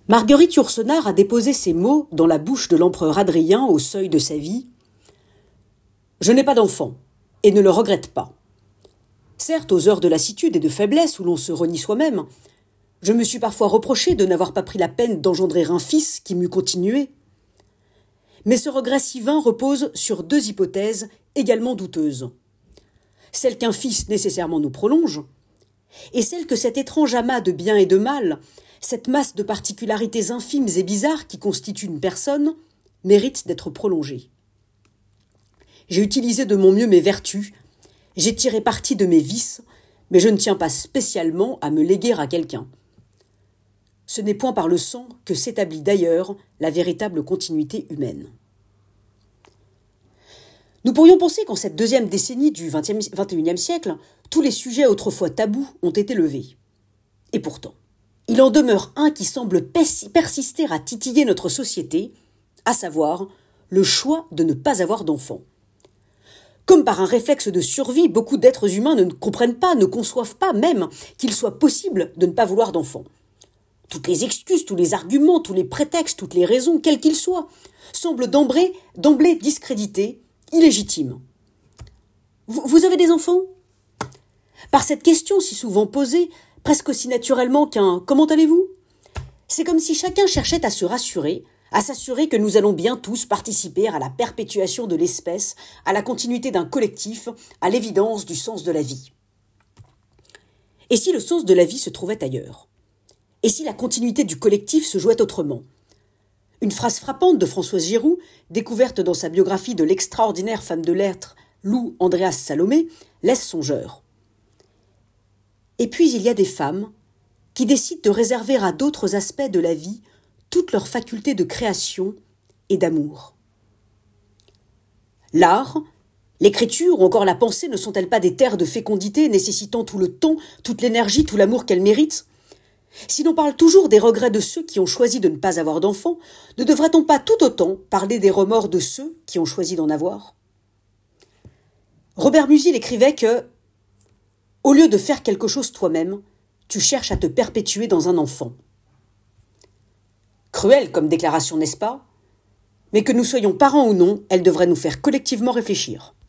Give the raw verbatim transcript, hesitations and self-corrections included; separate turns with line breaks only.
Marguerite Yourcenar a déposé ces mots dans la bouche de l'empereur Adrien au seuil de sa vie. « Je n'ai pas d'enfant, et ne le regrette pas. Certes, aux heures de lassitude et de faiblesse où l'on se renie soi-même, je me suis parfois reproché de n'avoir pas pris la peine d'engendrer un fils qui m'eût continué. Mais ce regret si vain repose sur deux hypothèses également douteuses. Celle qu'un fils nécessairement nous prolonge, et celle que cet étrange amas de bien et de mal, cette masse de particularités infimes et bizarres qui constitue une personne, mérite d'être prolongée. J'ai utilisé de mon mieux mes vertus, j'ai tiré parti de mes vices, mais je ne tiens pas spécialement à me léguer à quelqu'un. Ce n'est point par le sang que s'établit d'ailleurs la véritable continuité humaine. » Nous pourrions penser qu'en cette deuxième décennie du vingt et unième siècle, tous les sujets autrefois tabous ont été levés. Et pourtant, il en demeure un qui semble persister à titiller notre société, à savoir le choix de ne pas avoir d'enfants. Comme par un réflexe de survie, beaucoup d'êtres humains ne comprennent pas, ne conçoivent pas même qu'il soit possible de ne pas vouloir d'enfants. Toutes les excuses, tous les arguments, tous les prétextes, toutes les raisons, quels qu'ils soient, semblent d'emblée, d'emblée discrédités, illégitimes. Vous, vous avez des enfants ? Par cette question si souvent posée, presque aussi naturellement qu'un « comment allez-vous ?» C'est comme si chacun cherchait à se rassurer, à s'assurer que nous allons bien tous participer à la perpétuation de l'espèce, à la continuité d'un collectif, à l'évidence du sens de la vie. Et si le sens de la vie se trouvait ailleurs ? Et si la continuité du collectif se jouait autrement ? Une phrase frappante de Françoise Giroud, découverte dans sa biographie de l'extraordinaire femme de lettres Lou Andréas Salomé, laisse songeur. Et puis il y a des femmes qui décident de réserver à d'autres aspects de la vie toutes leurs facultés de création et d'amour. L'art, l'écriture ou encore la pensée ne sont-elles pas des terres de fécondité nécessitant tout le temps, toute l'énergie, tout l'amour qu'elles méritent ? Si l'on parle toujours des regrets de ceux qui ont choisi de ne pas avoir d'enfants, ne devrait-on pas tout autant parler des remords de ceux qui ont choisi d'en avoir ? Robert Musil écrivait que « Au lieu de faire quelque chose toi-même, tu cherches à te perpétuer dans un enfant. » Cruelle comme déclaration, n'est-ce pas ? Mais que nous soyons parents ou non, elle devrait nous faire collectivement réfléchir.